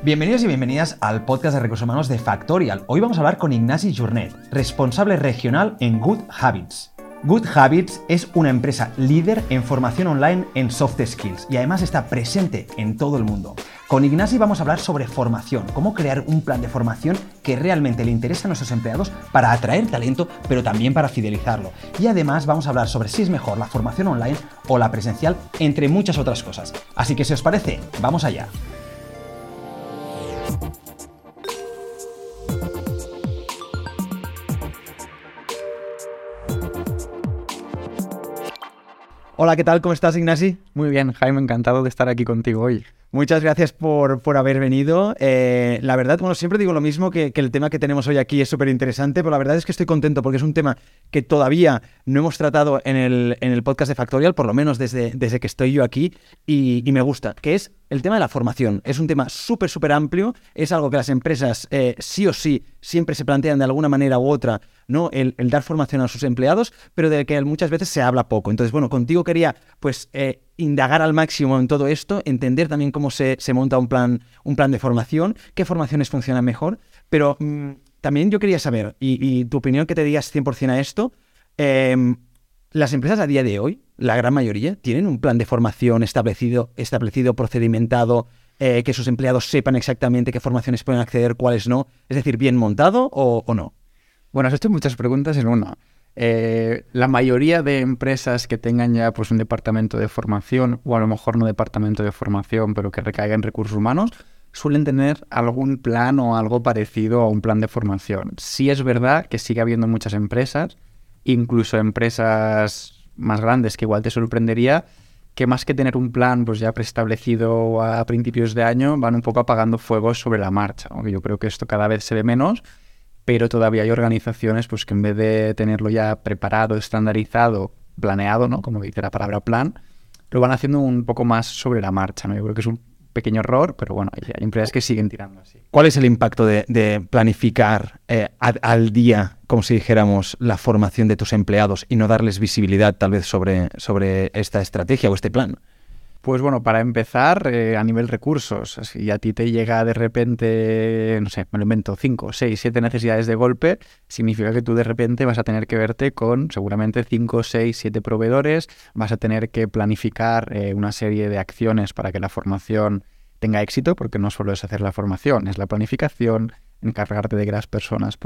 Bienvenidos y bienvenidas al podcast de Recursos Humanos de Factorial. Hoy vamos a hablar con Ignasi Journet, responsable regional en Good Habits. Good Habits es una empresa líder en formación online en soft skills y además está presente en todo el mundo. Con Ignasi vamos a hablar sobre formación, cómo crear un plan de formación que realmente le interesa a nuestros empleados para atraer talento, pero también para fidelizarlo. Y además vamos a hablar sobre si es mejor la formación online o la presencial, entre muchas otras cosas. Así que si os parece, vamos allá. Hola, ¿qué tal? ¿Cómo estás, Ignasi? Muy bien, Jaime, encantado de estar aquí contigo hoy. Muchas gracias por haber venido. La verdad, siempre digo lo mismo, que el tema que tenemos hoy aquí es súper interesante, pero la verdad es que estoy contento porque es un tema que todavía no hemos tratado en el podcast de Factorial, por lo menos desde que estoy yo aquí, y me gusta, que es el tema de la formación. Es un tema súper amplio, es algo que las empresas sí o sí siempre se plantean de alguna manera u otra, ¿no? El dar formación a sus empleados, pero de que muchas veces se habla poco. Entonces, contigo quería indagar al máximo en todo esto, entender también cómo se monta un plan de formación, qué formaciones funcionan mejor, pero también yo quería saber, y tu opinión, que te digas 100% a esto, las empresas a día de hoy, la gran mayoría, tienen un plan de formación establecido, procedimentado, que sus empleados sepan exactamente qué formaciones pueden acceder, cuáles no, es decir, bien montado o no. Bueno, has hecho muchas preguntas en una. La mayoría de empresas que tengan ya un departamento de formación, o a lo mejor no departamento de formación, pero que recaiga en recursos humanos, suelen tener algún plan o algo parecido a un plan de formación. Sí es verdad que sigue habiendo muchas empresas, incluso empresas más grandes, que igual te sorprendería, que más que tener un plan ya preestablecido a principios de año, van un poco apagando fuegos sobre la marcha, aunque yo creo que esto cada vez se ve menos, pero todavía hay organizaciones que en vez de tenerlo ya preparado, estandarizado, planeado, ¿no? Como dice la palabra plan, lo van haciendo un poco más sobre la marcha, ¿no? Yo creo que es un pequeño error, pero bueno, hay empresas que siguen tirando así. ¿Cuál es el impacto de planificar al día, como si dijéramos, la formación de tus empleados y no darles visibilidad tal vez sobre esta estrategia o este plan? Pues bueno, para empezar, a nivel recursos, si a ti te llega de repente, no sé, me lo invento, 5, 6, 7 necesidades de golpe, significa que tú de repente vas a tener que verte con seguramente 5, 6, 7 proveedores, vas a tener que planificar una serie de acciones para que la formación tenga éxito, porque no solo es hacer la formación, es la planificación, encargarte de que las personas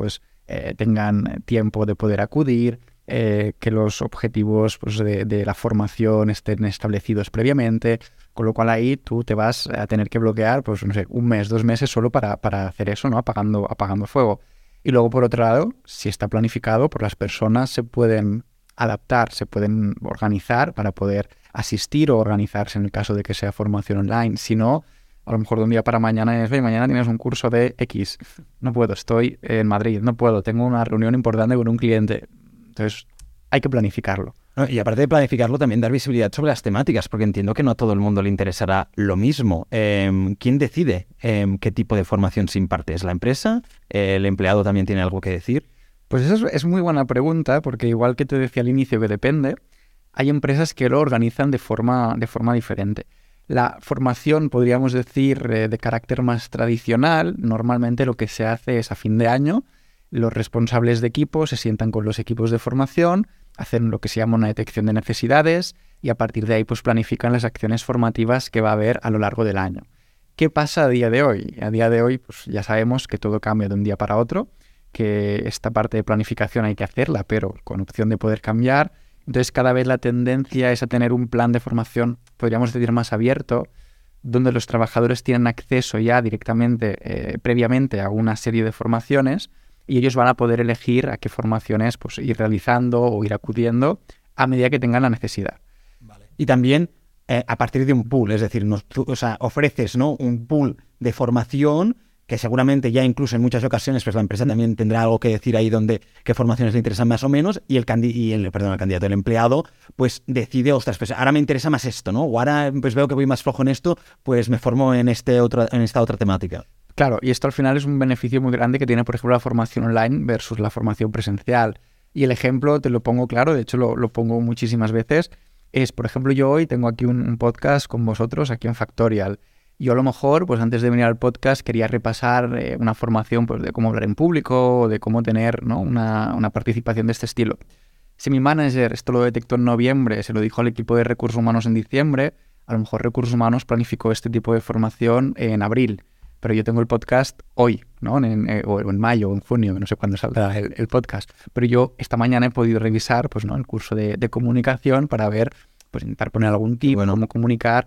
tengan tiempo de poder acudir, que los objetivos de la formación estén establecidos previamente, con lo cual ahí tú te vas a tener que bloquear, no sé, 1 mes, 2 meses solo para hacer eso, ¿no? Apagando fuego. Y luego, por otro lado, si está planificado, las personas se pueden adaptar, se pueden organizar para poder asistir o organizarse en el caso de que sea formación online. Si no, a lo mejor de un día para mañana mañana tienes un curso de X. No puedo, estoy en Madrid, no puedo, tengo una reunión importante con un cliente. Entonces, hay que planificarlo. Y aparte de planificarlo, también dar visibilidad sobre las temáticas, porque entiendo que no a todo el mundo le interesará lo mismo. ¿Quién decide qué tipo de formación se imparte? ¿Es la empresa? ¿El empleado también tiene algo que decir? Pues eso es muy buena pregunta, porque igual que te decía al inicio que depende, hay empresas que lo organizan de forma diferente. La formación, podríamos decir, de carácter más tradicional, normalmente lo que se hace es a fin de año, los responsables de equipo se sientan con los equipos de formación, hacen lo que se llama una detección de necesidades y a partir de ahí planifican las acciones formativas que va a haber a lo largo del año. ¿Qué pasa a día de hoy? A día de hoy ya sabemos que todo cambia de un día para otro, que esta parte de planificación hay que hacerla, pero con opción de poder cambiar. Entonces cada vez la tendencia es a tener un plan de formación, podríamos decir, más abierto, donde los trabajadores tienen acceso ya directamente, previamente, a una serie de formaciones, y ellos van a poder elegir a qué formaciones ir realizando o ir acudiendo a medida que tengan la necesidad. Vale. Y también a partir de un pool, es decir, ofreces, ¿no?, un pool de formación que seguramente ya incluso en muchas ocasiones la empresa también tendrá algo que decir ahí qué formaciones le interesan más o menos, y el candidato, el empleado, decide, ostras, ahora me interesa más esto, ¿no? O ahora veo que voy más flojo en esto, me formo en esta otra temática. Claro, y esto al final es un beneficio muy grande que tiene, por ejemplo, la formación online versus la formación presencial. Y el ejemplo te lo pongo claro, de hecho lo pongo muchísimas veces, es, por ejemplo, yo hoy tengo aquí un podcast con vosotros aquí en Factorial Yo a lo mejor, pues antes de venir al podcast, quería repasar una formación pues, de cómo hablar en público o de cómo tener, ¿no?, una participación de este estilo. Si mi manager esto lo detectó en noviembre, se lo dijo al equipo de recursos humanos en diciembre, a lo mejor recursos humanos planificó este tipo de formación en abril. Pero yo tengo el podcast hoy, ¿no? O en mayo o en junio, no sé cuándo saldrá el podcast. Pero yo esta mañana he podido revisar pues, ¿no?, el curso de comunicación para ver, pues intentar poner algún tip, cómo comunicar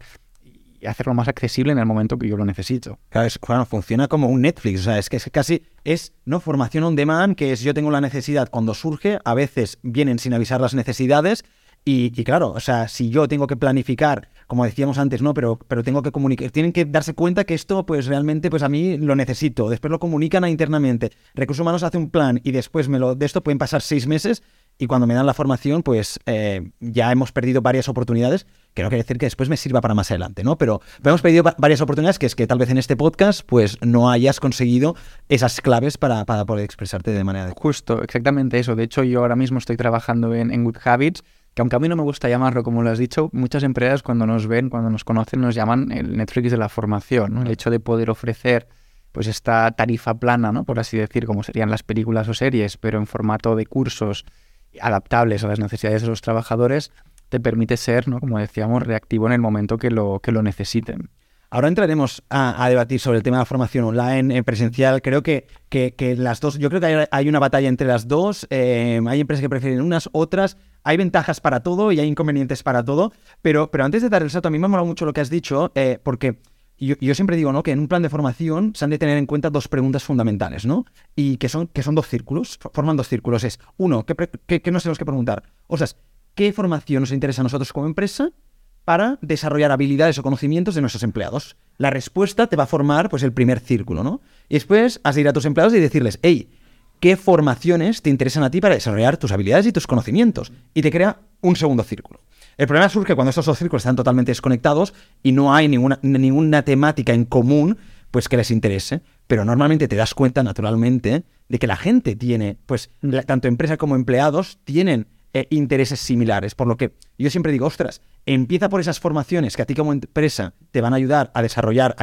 y hacerlo más accesible en el momento que yo lo necesito. Claro, funciona como un Netflix, o sea, es que casi es, ¿no?, formación on demand, que es yo tengo la necesidad cuando surge, a veces vienen sin avisar las necesidades. Y claro, o sea, si yo tengo que planificar, como decíamos antes, ¿no? Pero tengo que comunicar, tienen que darse cuenta que esto, pues realmente, pues a mí lo necesito. Después lo comunican internamente. Recursos Humanos hace un plan y después de esto pueden pasar 6 meses y cuando me dan la formación, pues ya hemos perdido varias oportunidades, que no quiere decir que después me sirva para más adelante, ¿no? Pero hemos perdido varias oportunidades, que es que tal vez en este podcast, pues no hayas conseguido esas claves para poder expresarte de manera adecuada. Justo, exactamente eso. De hecho, yo ahora mismo estoy trabajando en Good Habits, que aunque a mí no me gusta llamarlo como lo has dicho, muchas empresas cuando nos ven, cuando nos conocen, nos llaman el Netflix de la formación, ¿no? El hecho de poder ofrecer pues esta tarifa plana, ¿no?, por así decir, como serían las películas o series, pero en formato de cursos adaptables a las necesidades de los trabajadores, te permite ser, ¿no?, como decíamos, reactivo en el momento que lo necesiten. Ahora entraremos a debatir sobre el tema de la formación online, presencial. Creo que las dos, yo creo que hay una batalla entre las dos. Hay empresas que prefieren unas, otras. Hay ventajas para todo y hay inconvenientes para todo. Pero antes de dar el salto, a mí me ha molado mucho lo que has dicho, porque yo siempre digo, ¿no?, que en un plan de formación se han de tener en cuenta 2 preguntas fundamentales, ¿no? Y que son 2 círculos, forman 2 círculos. Es, uno, ¿qué nos tenemos que preguntar? O sea, ¿qué formación nos interesa a nosotros como empresa para desarrollar habilidades o conocimientos de nuestros empleados? La respuesta te va a formar, pues, el primer círculo, ¿no? Y después has de ir a tus empleados y decirles, hey, ¿qué formaciones te interesan a ti para desarrollar tus habilidades y tus conocimientos? Y te crea un segundo círculo. El problema surge cuando estos 2 círculos están totalmente desconectados y no hay ninguna temática en común, pues, que les interese. Pero normalmente te das cuenta, naturalmente, de que la gente tiene, pues, tanto empresa como empleados tienen intereses similares, por lo que yo siempre digo, ostras, empieza por esas formaciones que a ti como empresa te van a ayudar a desarrollar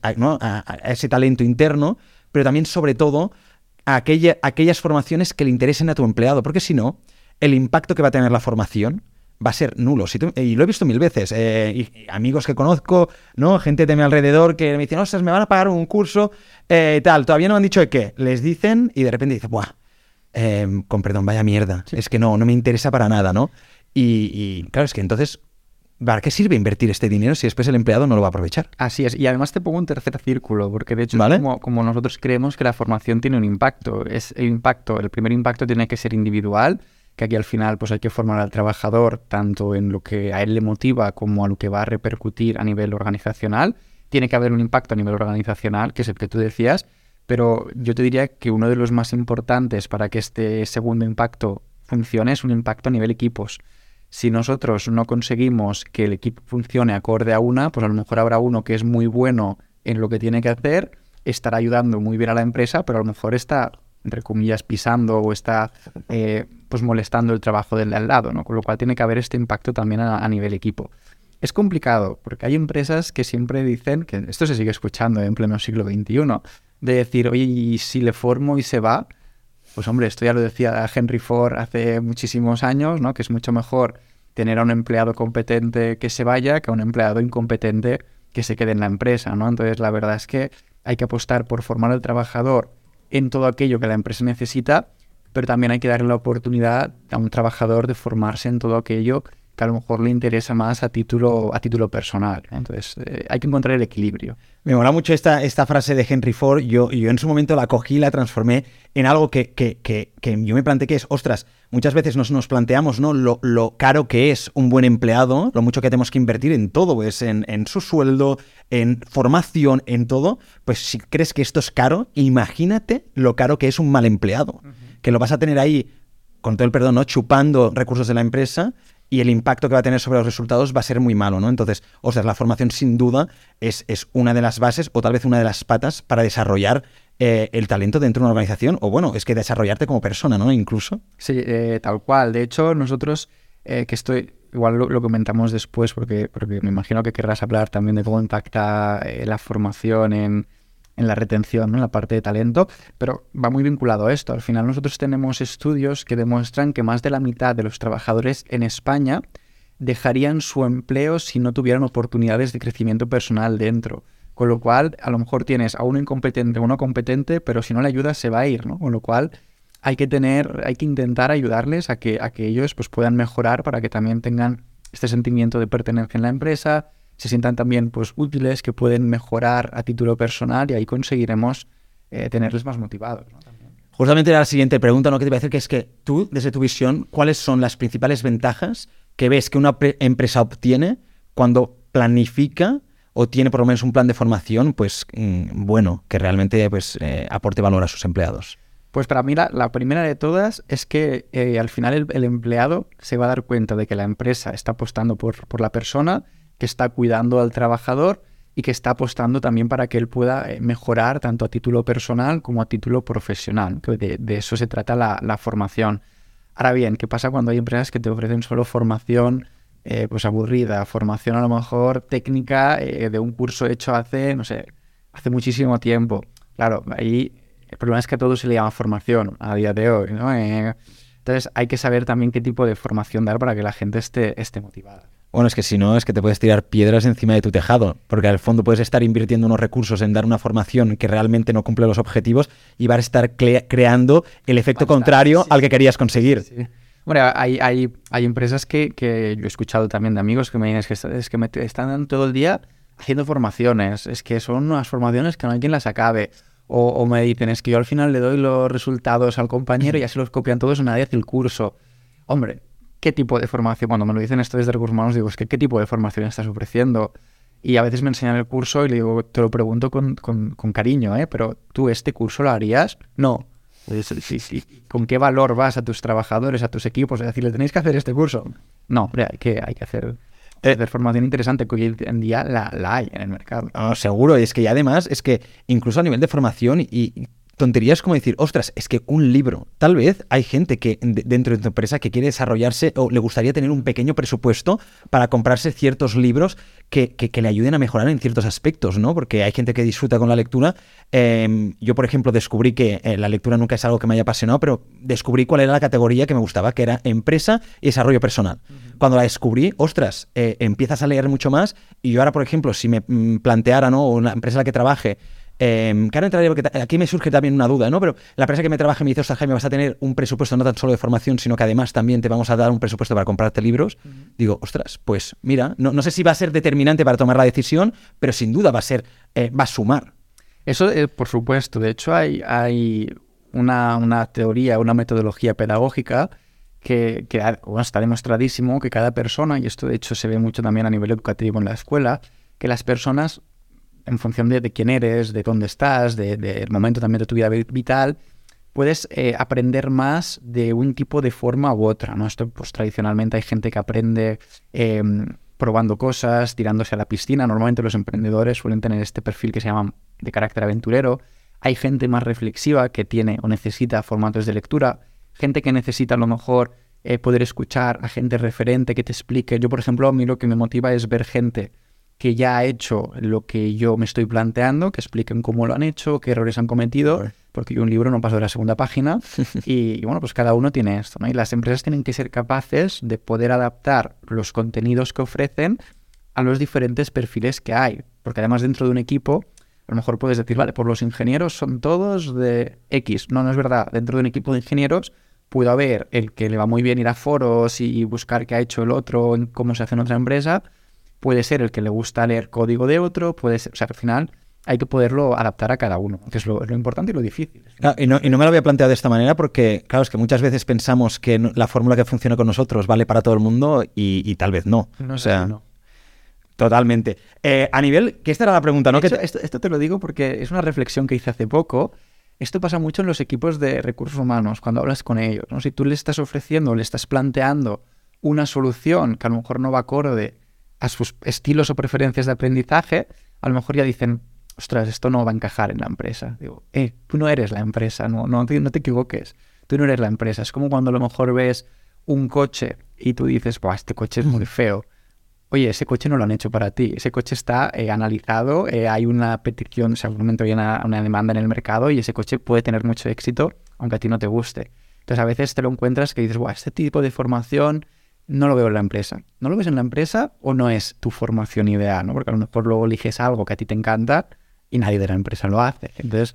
a ese talento interno, pero también, sobre todo, a aquellas formaciones que le interesen a tu empleado, porque si no, el impacto que va a tener la formación va a ser nulo. Y lo he visto 1000 veces, y amigos que conozco, ¿no?, gente de mi alrededor que me dicen, ostras, me van a pagar un curso, todavía no me han dicho de qué, les dicen y de repente dicen, ¡buah! Con perdón, vaya mierda, sí. Es que no me interesa para nada, ¿no? Y claro, es que entonces, ¿para qué sirve invertir este dinero si después el empleado no lo va a aprovechar? Así es, y además te pongo un tercer círculo, porque de hecho, ¿vale?, como nosotros creemos que la formación tiene un impacto. El primer impacto tiene que ser individual, que aquí al final pues hay que formar al trabajador tanto en lo que a él le motiva como a lo que va a repercutir a nivel organizacional. Tiene que haber un impacto a nivel organizacional, que es el que tú decías, pero yo te diría que uno de los más importantes para que este segundo impacto funcione es un impacto a nivel equipos. Si nosotros no conseguimos que el equipo funcione acorde a pues a lo mejor habrá uno que es muy bueno en lo que tiene que hacer, estará ayudando muy bien a la empresa, pero a lo mejor está, entre comillas, pisando o está pues molestando el trabajo del de al lado, ¿no? Con lo cual tiene que haber este impacto también a nivel equipo. Es complicado, porque hay empresas que siempre dicen, que esto se sigue escuchando en pleno siglo XXI, de decir, oye, ¿y si le formo y se va? Pues hombre, esto ya lo decía Henry Ford hace muchísimos años, ¿no?, que es mucho mejor tener a un empleado competente que se vaya que a un empleado incompetente que se quede en la empresa, ¿no? Entonces, la verdad es que hay que apostar por formar al trabajador en todo aquello que la empresa necesita, pero también hay que darle la oportunidad a un trabajador de formarse en todo aquello que a lo mejor le interesa más a título personal. Entonces, hay que encontrar el equilibrio. Me mola mucho esta frase de Henry Ford. Yo en su momento la cogí y la transformé en algo que yo me planteé, que es, ostras, muchas veces nos planteamos, ¿no?, lo caro que es un buen empleado, lo mucho que tenemos que invertir en todo, pues en su sueldo, en formación, en todo. Pues si crees que esto es caro, imagínate lo caro que es un mal empleado, que lo vas a tener ahí, con todo el perdón, ¿no?, chupando recursos de la empresa, y el impacto que va a tener sobre los resultados va a ser muy malo, ¿no? Entonces, la formación sin duda es una de las bases o tal vez una de las patas para desarrollar el talento dentro de una organización, o bueno, es que desarrollarte como persona, ¿no? Incluso. Sí, tal cual. De hecho, nosotros, que estoy igual lo comentamos después porque me imagino que querrás hablar también de cómo impacta la formación en la retención, ¿no? En la parte de talento, pero va muy vinculado a esto. Al final nosotros tenemos estudios que demuestran que más de la mitad de los trabajadores en España dejarían su empleo si no tuvieran oportunidades de crecimiento personal dentro. Con lo cual, a lo mejor tienes a uno incompetente o uno competente, pero si no le ayudas se va a ir, ¿no? Con lo cual hay que intentar ayudarles a que ellos pues, puedan mejorar para que también tengan este sentimiento de pertenencia en la empresa, se sientan también pues, útiles, que pueden mejorar a título personal y ahí conseguiremos tenerles más motivados, ¿no? También. Justamente era la siguiente pregunta, ¿no? Que te iba a decir, que es que tú, desde tu visión, ¿cuáles son las principales ventajas que ves que una empresa obtiene cuando planifica o tiene por lo menos un plan de formación pues bueno, que realmente pues, aporte valor a sus empleados? Pues para mí la primera de todas es que al final el empleado se va a dar cuenta de que la empresa está apostando por la persona, que está cuidando al trabajador y que está apostando también para que él pueda mejorar tanto a título personal como a título profesional. Que de eso se trata la formación. Ahora bien, ¿qué pasa cuando hay empresas que te ofrecen solo formación pues aburrida, formación a lo mejor técnica de un curso hecho hace muchísimo tiempo? Claro, ahí el problema es que a todo se le llama formación a día de hoy, ¿no? Entonces hay que saber también qué tipo de formación dar para que la gente esté motivada. Bueno, es que si no, es que te puedes tirar piedras encima de tu tejado, porque al fondo puedes estar invirtiendo unos recursos en dar una formación que realmente no cumple los objetivos y vas a estar creando el efecto contrario al que querías conseguir. Sí. Bueno, hay empresas que yo he escuchado también de amigos que me dicen es que me están todo el día haciendo formaciones, es que son unas formaciones que no hay quien las acabe. O me dicen, es que yo al final le doy los resultados al compañero y ya se los copian todos y nadie hace el curso. Hombre, ¿qué tipo de formación? Cuando me lo dicen esto desde recursos humanos, digo, es que ¿qué tipo de formación estás ofreciendo? Y a veces me enseñan el curso y le digo, te lo pregunto con cariño, pero ¿tú este curso lo harías? No. Sí. ¿Con qué valor vas a tus trabajadores, a tus equipos? Es decir, ¿le tenéis que hacer este curso? No, hombre, hay que hacer formación interesante, que hoy en día la hay en el mercado. No, seguro, y es que y además es que incluso a nivel de formación y tonterías como decir, ostras, es que un libro, tal vez hay gente que dentro de tu empresa que quiere desarrollarse o le gustaría tener un pequeño presupuesto para comprarse ciertos libros que le ayuden a mejorar en ciertos aspectos, ¿no? Porque hay gente que disfruta con la lectura. Yo, por ejemplo, descubrí que la lectura nunca es algo que me haya apasionado, pero descubrí cuál era la categoría que me gustaba, que era empresa y desarrollo personal. Uh-huh. Cuando la descubrí, ostras, empiezas a leer mucho más y yo ahora, por ejemplo, si me planteara, ¿no? Una empresa en la que trabaje, que ahora entraría porque aquí me surge también una duda, ¿no? Pero la empresa que me trabaje me dice, ostras, Jaime, vas a tener un presupuesto no tan solo de formación, sino que además también te vamos a dar un presupuesto para comprarte libros. Uh-huh. Digo, ostras, pues mira, no sé si va a ser determinante para tomar la decisión, pero sin duda va a sumar. Eso, por supuesto. De hecho, hay una teoría, una metodología pedagógica que está demostradísimo que cada persona, y esto de hecho se ve mucho también a nivel educativo en la escuela, que las personas, en función de quién eres, de dónde estás, del momento también de tu vida vital, puedes aprender más de un tipo de forma u otra, ¿no? Esto, pues tradicionalmente hay gente que aprende probando cosas, tirándose a la piscina. Normalmente los emprendedores suelen tener este perfil que se llama de carácter aventurero. Hay gente más reflexiva que tiene o necesita formatos de lectura. Gente que necesita a lo mejor poder escuchar a gente referente que te explique. Yo, por ejemplo, a mí lo que me motiva es ver gente que ya ha hecho lo que yo me estoy planteando, que expliquen cómo lo han hecho, qué errores han cometido, porque yo un libro no paso de la segunda página y bueno, pues cada uno tiene esto, ¿no? Y las empresas tienen que ser capaces de poder adaptar los contenidos que ofrecen a los diferentes perfiles que hay, porque además dentro de un equipo a lo mejor puedes decir, vale, pues los ingenieros son todos de X. No es verdad. Dentro de un equipo de ingenieros puede haber el que le va muy bien ir a foros y buscar qué ha hecho el otro, cómo se hace en otra empresa. Puede ser el que le gusta leer código de otro, puede ser, o sea, al final hay que poderlo adaptar a cada uno, que es lo importante y lo difícil. Claro, y no me lo había planteado de esta manera porque, claro, es que muchas veces pensamos que la fórmula que funciona con nosotros vale para todo el mundo y tal vez no. No, o sea, no. Totalmente. A nivel, que esta era la pregunta, ¿no? Esto te lo digo porque es una reflexión que hice hace poco. Esto pasa mucho en los equipos de recursos humanos, cuando hablas con ellos, ¿no? Si tú le estás ofreciendo, le estás planteando una solución que a lo mejor no va acorde a sus estilos o preferencias de aprendizaje, a lo mejor ya dicen, ostras, esto no va a encajar en la empresa. Digo, tú no eres la empresa, no te equivoques. Tú no eres la empresa. Es como cuando a lo mejor ves un coche y tú dices, "Buah, este coche es muy feo". Oye, ese coche no lo han hecho para ti. Ese coche está analizado, hay una petición, seguramente hay una demanda en el mercado y ese coche puede tener mucho éxito, aunque a ti no te guste. Entonces, a veces te lo encuentras que dices, "Buah, este tipo de formación no lo veo en la empresa". ¿No lo ves en la empresa o no es tu formación ideal, ¿no? Porque a lo mejor luego eliges algo que a ti te encanta y nadie de la empresa lo hace. Entonces,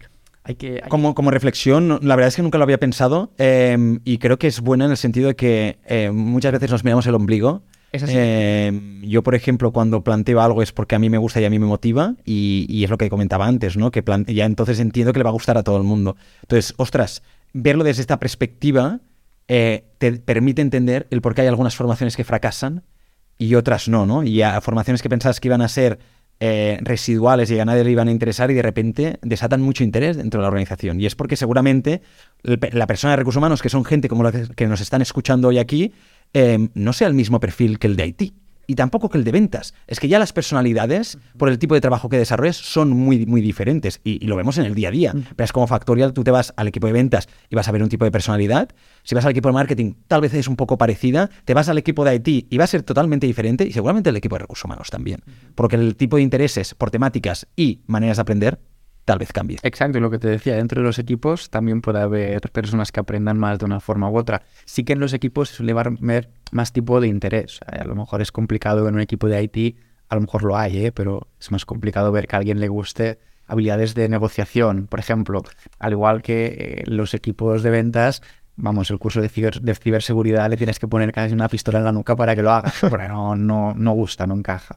Como reflexión, la verdad es que nunca lo había pensado y creo que es buena en el sentido de que muchas veces nos miramos el ombligo. Es así. Yo, por ejemplo, cuando planteo algo es porque a mí me gusta y a mí me motiva y es lo que comentaba antes, ¿no? Que ya entonces entiendo que le va a gustar a todo el mundo. Entonces, ostras, verlo desde esta perspectiva te permite entender el por qué hay algunas formaciones que fracasan y otras no, ¿no? Y a formaciones que pensabas que iban a ser residuales y a nadie le iban a interesar y de repente desatan mucho interés dentro de la organización. Y es porque seguramente la persona de recursos humanos, que son gente como la que nos están escuchando hoy aquí, no sea el mismo perfil que el de IT y tampoco que el de ventas. Es que ya las personalidades, por el tipo de trabajo que desarrollas, son muy, muy diferentes y lo vemos en el día a día. Pero es como Factorial, tú te vas al equipo de ventas y vas a ver un tipo de personalidad. Si vas al equipo de marketing, tal vez es un poco parecida. Te vas al equipo de IT y va a ser totalmente diferente y seguramente el equipo de recursos humanos también. Porque el tipo de intereses por temáticas y maneras de aprender tal vez cambie. Exacto, y lo que te decía, dentro de los equipos también puede haber personas que aprendan más de una forma u otra. Sí que en los equipos se suele ver más tipo de interés. A lo mejor es complicado en un equipo de IT, a lo mejor lo hay, pero es más complicado ver que a alguien le guste habilidades de negociación, por ejemplo. Al igual que los equipos de ventas, vamos, el curso de ciberseguridad le tienes que poner casi una pistola en la nuca para que lo haga, porque no gusta, no encaja.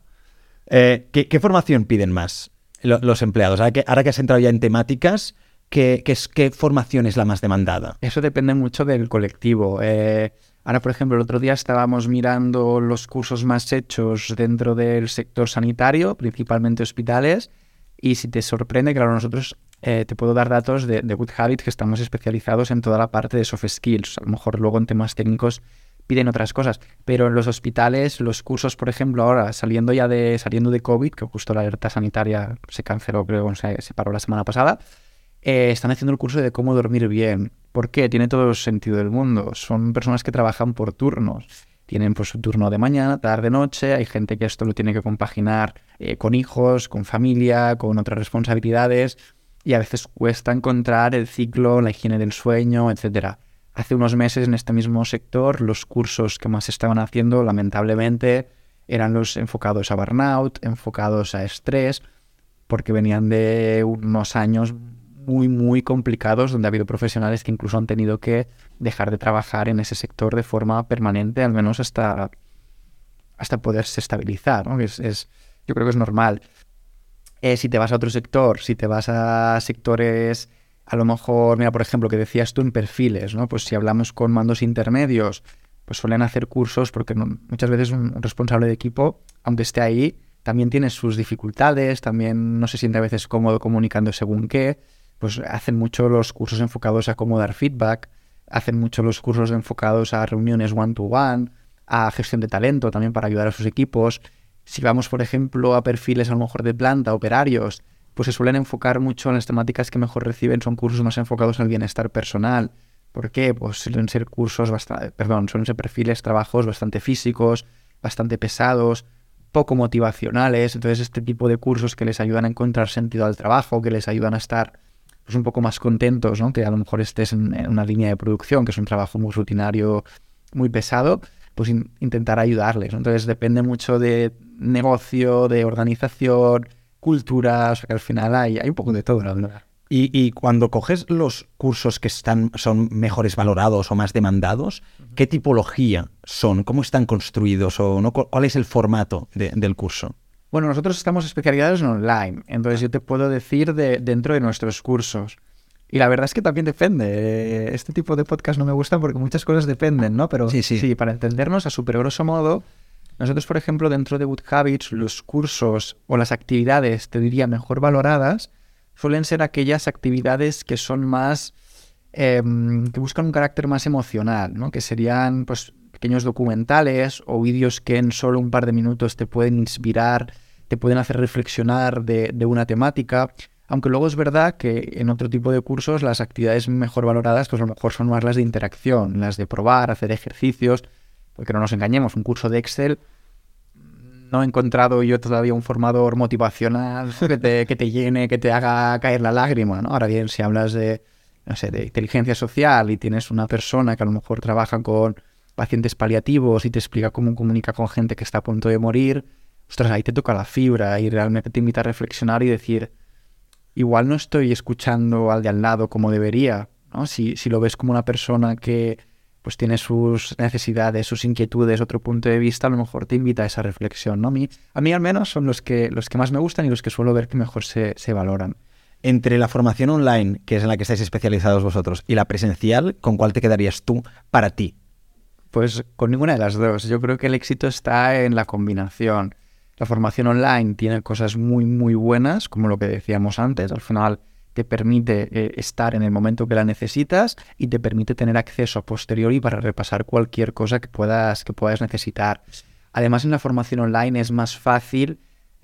¿Qué formación piden más los empleados? Ahora que has entrado ya en temáticas, ¿qué formación es la más demandada? Eso depende mucho del colectivo. Ahora, por ejemplo, el otro día estábamos mirando los cursos más hechos dentro del sector sanitario, principalmente hospitales, y si te sorprende, claro, nosotros te puedo dar datos de Good Habits, que estamos especializados en toda la parte de soft skills. A lo mejor luego en temas técnicos piden otras cosas, pero en los hospitales, los cursos, por ejemplo, ahora saliendo de COVID, que justo la alerta sanitaria se canceló, creo, se paró la semana pasada, están haciendo el curso de cómo dormir bien. ¿Por qué? Tiene todo el sentido del mundo. Son personas que trabajan por turnos. Tienen pues su turno de mañana, tarde, noche. Hay gente que esto lo tiene que compaginar con hijos, con familia, con otras responsabilidades. Y a veces cuesta encontrar el ciclo, la higiene del sueño, etcétera. Hace unos meses en este mismo sector los cursos que más estaban haciendo, lamentablemente, eran los enfocados a burnout, enfocados a estrés, porque venían de unos años muy, muy complicados donde ha habido profesionales que incluso han tenido que dejar de trabajar en ese sector de forma permanente, al menos hasta poderse estabilizar, ¿no? Yo creo que es normal. Si te vas a otro sector, si te vas a sectores... A lo mejor, mira, por ejemplo, que decías tú en perfiles, ¿no? Pues si hablamos con mandos intermedios, pues suelen hacer cursos porque muchas veces un responsable de equipo, aunque esté ahí, también tiene sus dificultades, también no se siente a veces cómodo comunicando según qué, pues hacen mucho los cursos enfocados a cómo dar feedback, hacen mucho los cursos enfocados a reuniones one-to-one, a gestión de talento también para ayudar a sus equipos. Si vamos, por ejemplo, a perfiles a lo mejor de planta, operarios, pues se suelen enfocar mucho en las temáticas que mejor reciben, son cursos más enfocados al bienestar personal. ¿Por qué? Pues suelen ser suelen ser perfiles, trabajos bastante físicos, bastante pesados, poco motivacionales. Entonces este tipo de cursos que les ayudan a encontrar sentido al trabajo, que les ayudan a estar pues un poco más contentos, ¿no? Que a lo mejor estés en una línea de producción, que es un trabajo muy rutinario, muy pesado, pues intentar ayudarles, ¿no? Entonces depende mucho de negocio, de organización, cultura, o sea que al final hay un poco de todo, la verdad. Y cuando coges los cursos que son mejores valorados o más demandados, ¿qué tipología son? ¿Cómo están construidos? ¿O no? ¿Cuál es el formato del curso? Bueno, nosotros estamos especializados en online, entonces yo te puedo decir dentro de nuestros cursos. Y la verdad es que también depende. Este tipo de podcast no me gustan porque muchas cosas dependen, ¿no? Pero sí, para entendernos a súper grosso modo, nosotros, por ejemplo, dentro de Good Habits, los cursos o las actividades, te diría, mejor valoradas, suelen ser aquellas actividades que son más, que buscan un carácter más emocional, ¿no? Que serían, pues, pequeños documentales o vídeos que en solo un par de minutos te pueden inspirar, te pueden hacer reflexionar de una temática. Aunque luego es verdad que en otro tipo de cursos las actividades mejor valoradas pues a lo mejor son más las de interacción, las de probar, hacer ejercicios, porque no nos engañemos, un curso de Excel no he encontrado yo todavía un formador motivacional que te llene, que te haga caer la lágrima, ¿no? Ahora bien, si hablas de, no sé, de inteligencia social y tienes una persona que a lo mejor trabaja con pacientes paliativos y te explica cómo comunica con gente que está a punto de morir, ostras, ahí te toca la fibra y realmente te invita a reflexionar y decir, igual no estoy escuchando al de al lado como debería, ¿no? Si lo ves como una persona que pues tiene sus necesidades, sus inquietudes, otro punto de vista, a lo mejor te invita a esa reflexión, ¿no? A mí al menos son los que más me gustan y los que suelo ver que mejor se valoran. Entre la formación online, que es en la que estáis especializados vosotros, y la presencial, ¿con cuál te quedarías tú para ti? Pues con ninguna de las dos. Yo creo que el éxito está en la combinación. La formación online tiene cosas muy, muy buenas, como lo que decíamos antes. Al final te permite estar en el momento que la necesitas y te permite tener acceso a posteriori para repasar cualquier cosa que puedas necesitar. Además, en la formación online es más fácil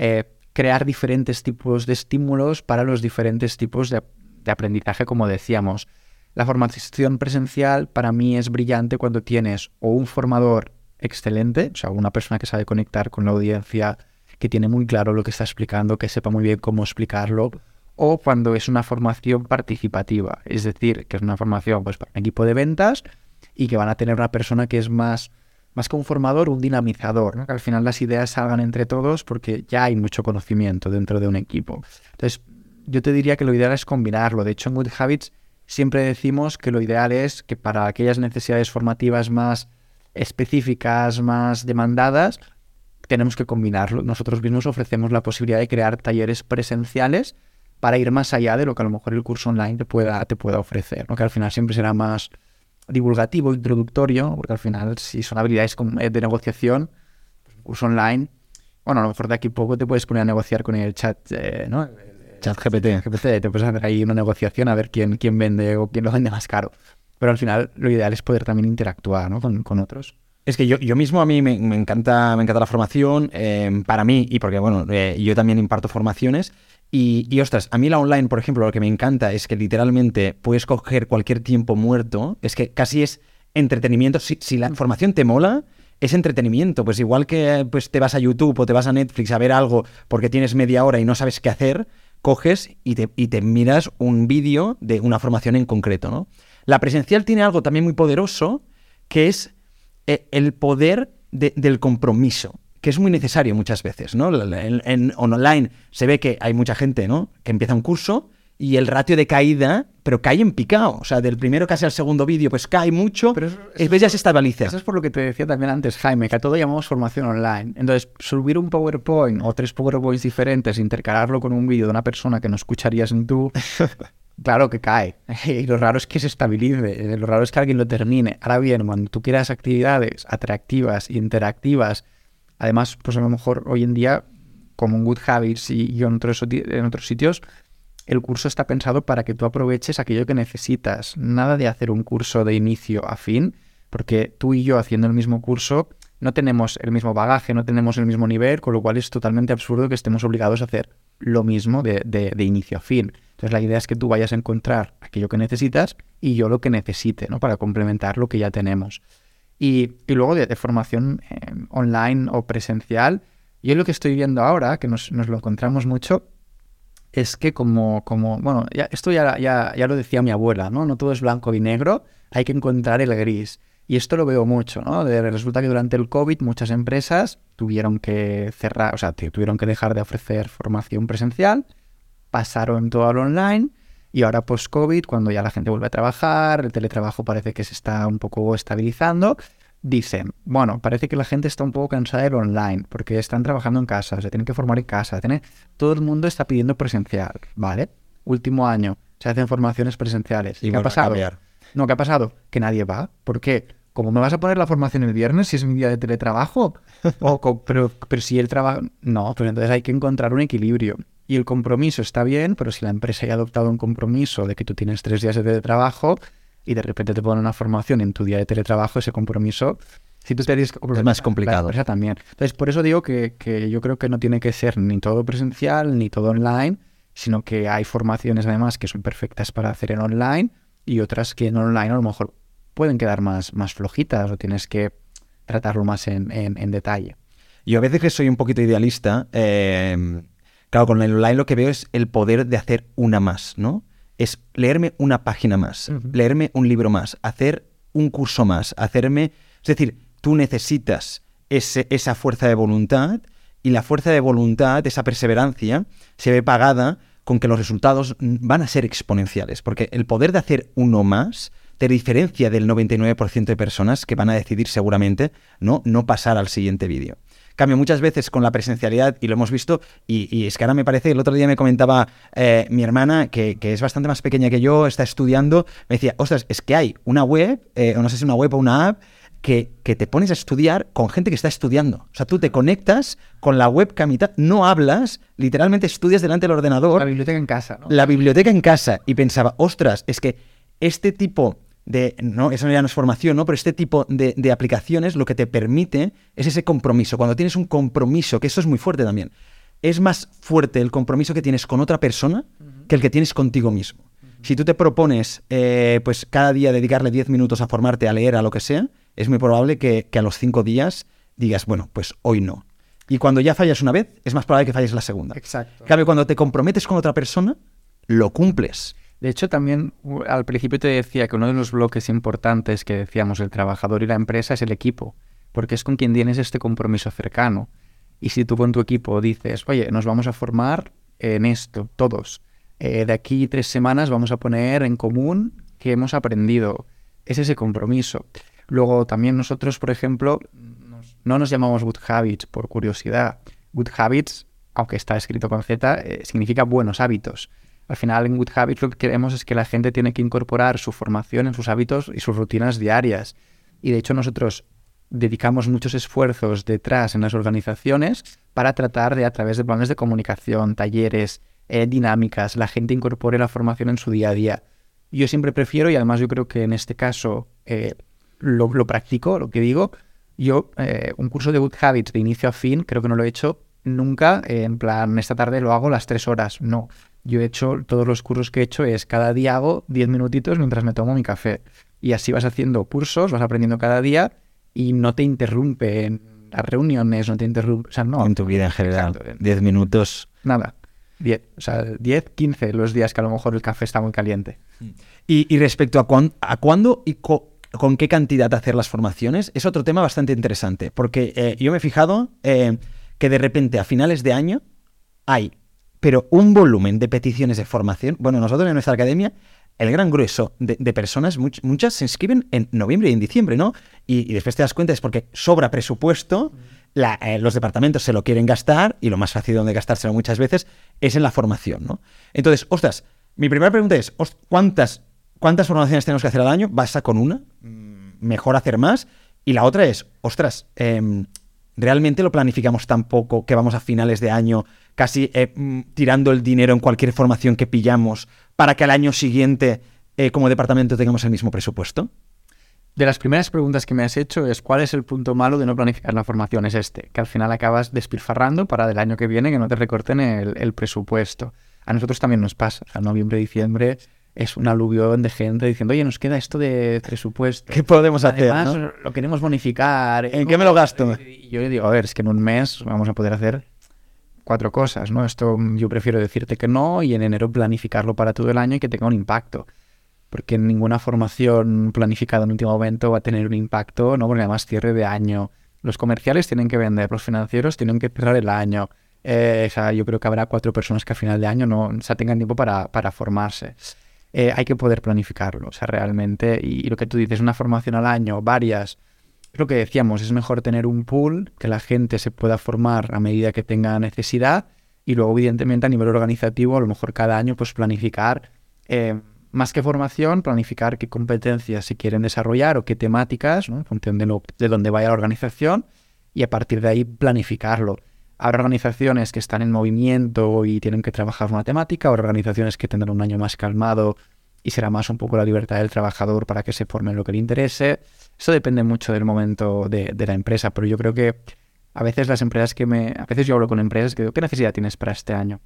crear diferentes tipos de estímulos para los diferentes tipos de aprendizaje, como decíamos. La formación presencial para mí es brillante cuando tienes o un formador excelente, o sea, una persona que sabe conectar con la audiencia, que tiene muy claro lo que está explicando, que sepa muy bien cómo explicarlo, o cuando es una formación participativa, es decir, que es una formación pues para un equipo de ventas y que van a tener una persona que es más que un formador, un dinamizador, ¿no? Que al final las ideas salgan entre todos porque ya hay mucho conocimiento dentro de un equipo. Entonces, yo te diría que lo ideal es combinarlo. De hecho, en Good Habits siempre decimos que lo ideal es que para aquellas necesidades formativas más específicas, más demandadas, tenemos que combinarlo. Nosotros mismos ofrecemos la posibilidad de crear talleres presenciales para ir más allá de lo que a lo mejor el curso online te pueda ofrecer, ¿no? Que al final siempre será más divulgativo, introductorio, porque al final si son habilidades de negociación, pues un curso online, bueno, a lo mejor de aquí a poco te puedes poner a negociar con el chat, ¿no? Chat GPT. Te puedes hacer ahí una negociación a ver quién vende o quién lo vende más caro. Pero al final lo ideal es poder también interactuar, ¿no? con otros. Es que yo mismo a mí me encanta la formación, para mí, y porque bueno, yo también imparto formaciones, y ostras, a mí la online, por ejemplo, lo que me encanta es que literalmente puedes coger cualquier tiempo muerto, es que casi es entretenimiento. Si la formación te mola, es entretenimiento. Pues igual que pues, te vas a YouTube o te vas a Netflix a ver algo porque tienes media hora y no sabes qué hacer, coges y te miras un vídeo de una formación en concreto, ¿no? La presencial tiene algo también muy poderoso, que es el poder del compromiso, que es muy necesario muchas veces, ¿no? En online se ve que hay mucha gente, ¿no?, que empieza un curso y el ratio de caída, pero cae en picado. O sea, del primero casi al segundo vídeo, pues cae mucho, pero ya se estabiliza. Eso es por lo que te decía también antes, Jaime, que a todo llamamos formación online. Entonces, subir un PowerPoint o 3 PowerPoints diferentes, intercalarlo con un vídeo de una persona que no escucharías en tú... Claro que cae. Y lo raro es que se estabilice, lo raro es que alguien lo termine. Ahora bien, cuando tú quieras actividades atractivas, interactivas, además, pues a lo mejor hoy en día, como en Good Habits y en otros sitios, el curso está pensado para que tú aproveches aquello que necesitas. Nada de hacer un curso de inicio a fin, porque tú y yo haciendo el mismo curso no tenemos el mismo bagaje, no tenemos el mismo nivel, con lo cual es totalmente absurdo que estemos obligados a hacer lo mismo de inicio a fin. Entonces la idea es que tú vayas a encontrar aquello que necesitas y yo lo que necesite, ¿no?, para complementar lo que ya tenemos. Y luego de formación online o presencial, yo lo que estoy viendo ahora, que nos lo encontramos mucho, es que como bueno, esto ya lo decía mi abuela, ¿no? No todo es blanco y negro, hay que encontrar el gris. Y esto lo veo mucho, ¿no? Resulta que durante el COVID muchas empresas tuvieron que cerrar, o sea, tuvieron que dejar de ofrecer formación presencial, pasaron todo al online y ahora post-COVID, cuando ya la gente vuelve a trabajar, el teletrabajo parece que se está un poco estabilizando, dicen, bueno, parece que la gente está un poco cansada del online porque están trabajando en casa, se tienen que formar en casa, todo el mundo está pidiendo presencial, ¿vale? Último año, se hacen formaciones presenciales. Y ¿Qué ha pasado? No, ¿qué ha pasado? Que nadie va. ¿Por qué? ¿Cómo me vas a poner la formación el viernes si es mi día de teletrabajo? Pero si el trabajo... No, pues entonces hay que encontrar un equilibrio. Y el compromiso está bien, pero si la empresa ya ha adoptado un compromiso de que tú tienes 3 días de teletrabajo y de repente te ponen una formación en tu día de teletrabajo, ese compromiso... Si tú te es más complicado. La empresa también. Entonces, por eso digo que yo creo que no tiene que ser ni todo presencial ni todo online, sino que hay formaciones además que son perfectas para hacer en online y otras que en online a lo mejor pueden quedar más flojitas o tienes que tratarlo más en detalle. Yo a veces que soy un poquito idealista, claro, con el online lo que veo es el poder de hacer una más, ¿no? Es leerme una página más, leerme un libro más, hacer un curso más, hacerme... Es decir, tú necesitas esa fuerza de voluntad y la fuerza de voluntad, esa perseverancia, se ve pagada con que los resultados van a ser exponenciales, porque el poder de hacer uno más te diferencia del 99% de personas que van a decidir seguramente no pasar al siguiente vídeo. Cambio, muchas veces con la presencialidad, y lo hemos visto, y es que ahora me parece, el otro día me comentaba mi hermana, que es bastante más pequeña que yo, está estudiando, me decía, ostras, es que hay una web, o no sé si una web o una app, que te pones a estudiar con gente que está estudiando. O sea, tú te conectas con la webcam y tal, no hablas, literalmente estudias delante del ordenador. La biblioteca en casa, ¿no? La biblioteca en casa. Y pensaba, ostras, es que este tipo de... No, eso ya no es formación, ¿no? Pero este tipo de aplicaciones lo que te permite es ese compromiso. Cuando tienes un compromiso, que eso es muy fuerte también, es más fuerte el compromiso que tienes con otra persona que el que tienes contigo mismo. Si tú te propones, pues cada día dedicarle 10 minutos a formarte, a leer, a lo que sea, es muy probable que a los 5 días digas, bueno, pues hoy no. Y cuando ya fallas una vez, es más probable que falles la segunda. Exacto. En cambio, cuando te comprometes con otra persona, lo cumples. De hecho, también al principio te decía que uno de los bloques importantes que decíamos, el trabajador y la empresa, es el equipo, porque es con quien tienes este compromiso cercano. Y si tú con tu equipo dices, oye, nos vamos a formar en esto, todos, de aquí 3 semanas vamos a poner en común qué hemos aprendido, es ese compromiso. Luego también nosotros, por ejemplo, no nos llamamos Good Habits por curiosidad. Good Habits, aunque está escrito con Z, significa buenos hábitos. Al final en Good Habits lo que queremos es que la gente tiene que incorporar su formación en sus hábitos y sus rutinas diarias. Y de hecho nosotros dedicamos muchos esfuerzos detrás en las organizaciones para tratar de, a través de planes de comunicación, talleres, dinámicas, la gente incorpore la formación en su día a día. Yo siempre prefiero, y además yo creo que en este caso lo practico, lo que digo, yo un curso de Good Habits de inicio a fin creo que no lo he hecho nunca, en plan, esta tarde lo hago las 3 horas, no. Yo he hecho, todos los cursos que he hecho es cada día hago 10 minutitos mientras me tomo mi café. Y así vas haciendo cursos, vas aprendiendo cada día y no te interrumpe en las reuniones, no te interrumpe, o sea, no. En tu vida en general, Exacto. 10 minutos. Nada, 10, o sea, 10, 15 los días que a lo mejor el café está muy caliente. Y respecto a cuándo y con qué cantidad hacer las formaciones, es otro tema bastante interesante, porque yo me he fijado que de repente a finales de año hay, pero un volumen de peticiones de formación. Bueno, nosotros en nuestra academia, el gran grueso de personas, muchas se inscriben en noviembre y en diciembre, ¿no? Y después te das cuenta es porque sobra presupuesto, los departamentos se lo quieren gastar y lo más fácil donde gastárselo muchas veces es en la formación, ¿no? Entonces, ostras, mi primera pregunta es, ¿cuántas formaciones tenemos que hacer al año? ¿Basta con una? ¿Mejor hacer más? Y la otra es, ostras, ¿realmente lo planificamos tan poco que vamos a finales de año casi tirando el dinero en cualquier formación que pillamos para que al año siguiente como departamento tengamos el mismo presupuesto? De las primeras preguntas que me has hecho es ¿cuál es el punto malo de no planificar la formación? Es que al final acabas despilfarrando para del año que viene que no te recorten el presupuesto. A nosotros también nos pasa, o sea, noviembre, diciembre es un aluvión de gente diciendo, oye, nos queda esto de presupuesto. ¿Qué podemos hacer? Además, ¿no? lo queremos bonificar. ¿En qué me lo gasto? Y yo le digo, a ver, es que en un mes vamos a poder hacer 4 cosas, ¿no? Esto yo prefiero decirte que no y en enero planificarlo para todo el año y que tenga un impacto. Porque ninguna formación planificada en último momento va a tener un impacto, ¿no? Porque además cierre de año. Los comerciales tienen que vender, los financieros tienen que cerrar el año. O sea, yo creo que habrá 4 personas que a final de año no tengan tiempo para formarse. Hay que poder planificarlo, o sea, realmente. Y lo que tú dices, una formación al año, varias. Es lo que decíamos, es mejor tener un pool, que la gente se pueda formar a medida que tenga necesidad y luego, evidentemente, a nivel organizativo, a lo mejor cada año, pues planificar, más que formación, planificar qué competencias se quieren desarrollar o qué temáticas, ¿no? En función de dónde vaya la organización y a partir de ahí planificarlo. Habrá organizaciones que están en movimiento y tienen que trabajar una temática, habrá organizaciones que tendrán un año más calmado y será más un poco la libertad del trabajador para que se forme en lo que le interese. Eso depende mucho del momento de la empresa, pero yo creo que a veces las empresas a veces yo hablo con empresas que digo, ¿qué necesidad tienes para este año?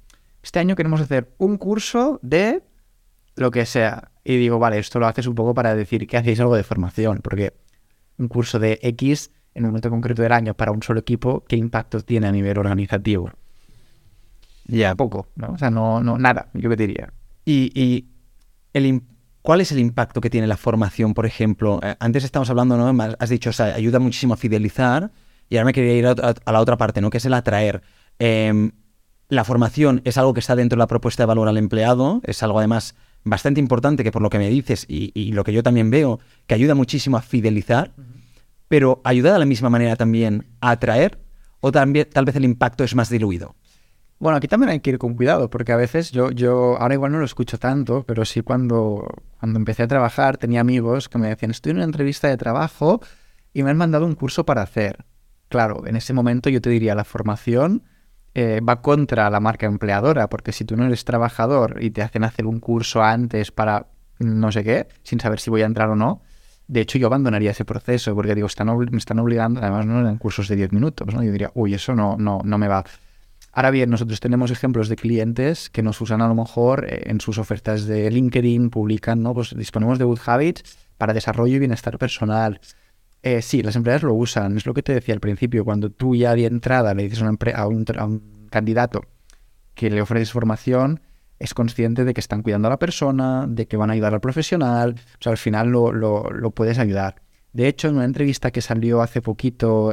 este año queremos hacer un curso de lo que sea. Y digo, vale, esto lo haces un poco para decir que hacéis algo de formación, porque un curso de X en un momento concreto del año para un solo equipo, ¿qué impacto tiene a nivel organizativo? Ya. Poco, ¿no? O sea, no, nada, yo qué diría. Y ¿cuál es el impacto que tiene la formación, por ejemplo? Antes estamos hablando, ¿no? Has dicho, o sea, ayuda muchísimo a fidelizar, y ahora me quería ir a la otra parte, ¿no? Que es el atraer. La formación es algo que está dentro de la propuesta de valor al empleado, es algo además bastante importante que por lo que me dices y lo que yo también veo, que ayuda muchísimo a fidelizar, pero ayuda de la misma manera también a atraer, o también tal vez el impacto es más diluido. Bueno, aquí también hay que ir con cuidado, porque a veces yo ahora igual no lo escucho tanto, pero sí cuando empecé a trabajar tenía amigos que me decían, estoy en una entrevista de trabajo y me han mandado un curso para hacer. Claro, en ese momento yo te diría, la formación va contra la marca empleadora, porque si tú no eres trabajador y te hacen hacer un curso antes para no sé qué, sin saber si voy a entrar o no, de hecho yo abandonaría ese proceso, porque digo, me están obligando, además no eran cursos de 10 minutos, ¿no? Yo diría, uy, eso no me va. Ahora bien, nosotros tenemos ejemplos de clientes que nos usan a lo mejor en sus ofertas de LinkedIn, publican, ¿no? Pues disponemos de Good Habits para desarrollo y bienestar personal. Sí, las empresas lo usan, es lo que te decía al principio, cuando tú ya de entrada le dices a un candidato que le ofreces formación, es consciente de que están cuidando a la persona, de que van a ayudar al profesional, o sea, al final lo puedes ayudar. De hecho, en una entrevista que salió hace poquito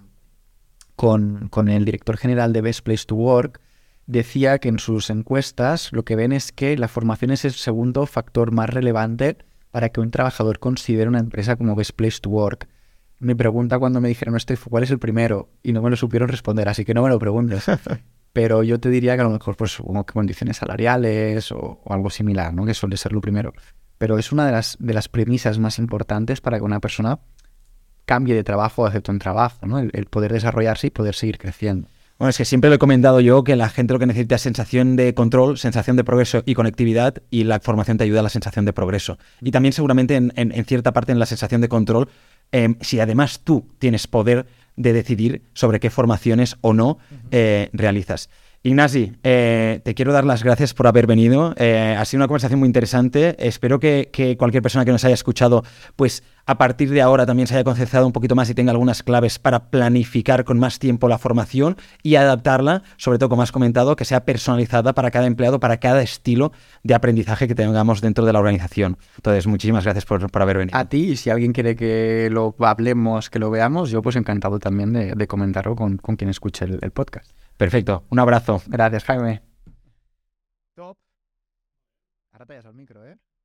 con el director general de Best Place to Work, decía que en sus encuestas lo que ven es que la formación es el segundo factor más relevante para que un trabajador considere una empresa como Best Place to Work. Mi pregunta cuando me dijeron esto fue ¿cuál es el primero? Y no me lo supieron responder, así que no me lo preguntes. Pero yo te diría que a lo mejor pues supongo que condiciones salariales o algo similar, ¿no? Que suele ser lo primero. Pero es una de las premisas más importantes para que una persona cambie de trabajo o acepte un trabajo, ¿no? El poder desarrollarse y poder seguir creciendo. Bueno, es que siempre lo he comentado yo que la gente lo que necesita es sensación de control, sensación de progreso y conectividad, y la formación te ayuda a la sensación de progreso. Y también seguramente en cierta parte en la sensación de control, si además tú tienes poder de decidir sobre qué formaciones o no realizas. Ignasi, te quiero dar las gracias por haber venido. Ha sido una conversación muy interesante. Espero que cualquier persona que nos haya escuchado, pues a partir de ahora también se haya concentrado un poquito más y tenga algunas claves para planificar con más tiempo la formación y adaptarla, sobre todo como has comentado, que sea personalizada para cada empleado, para cada estilo de aprendizaje que tengamos dentro de la organización. Entonces, muchísimas gracias por haber venido. A ti, y si alguien quiere que lo hablemos, que lo veamos, yo pues encantado también de comentarlo con quien escuche el podcast. Perfecto, un abrazo. Gracias, Jaime. Top. Ahora te vayas al micro, ¿eh?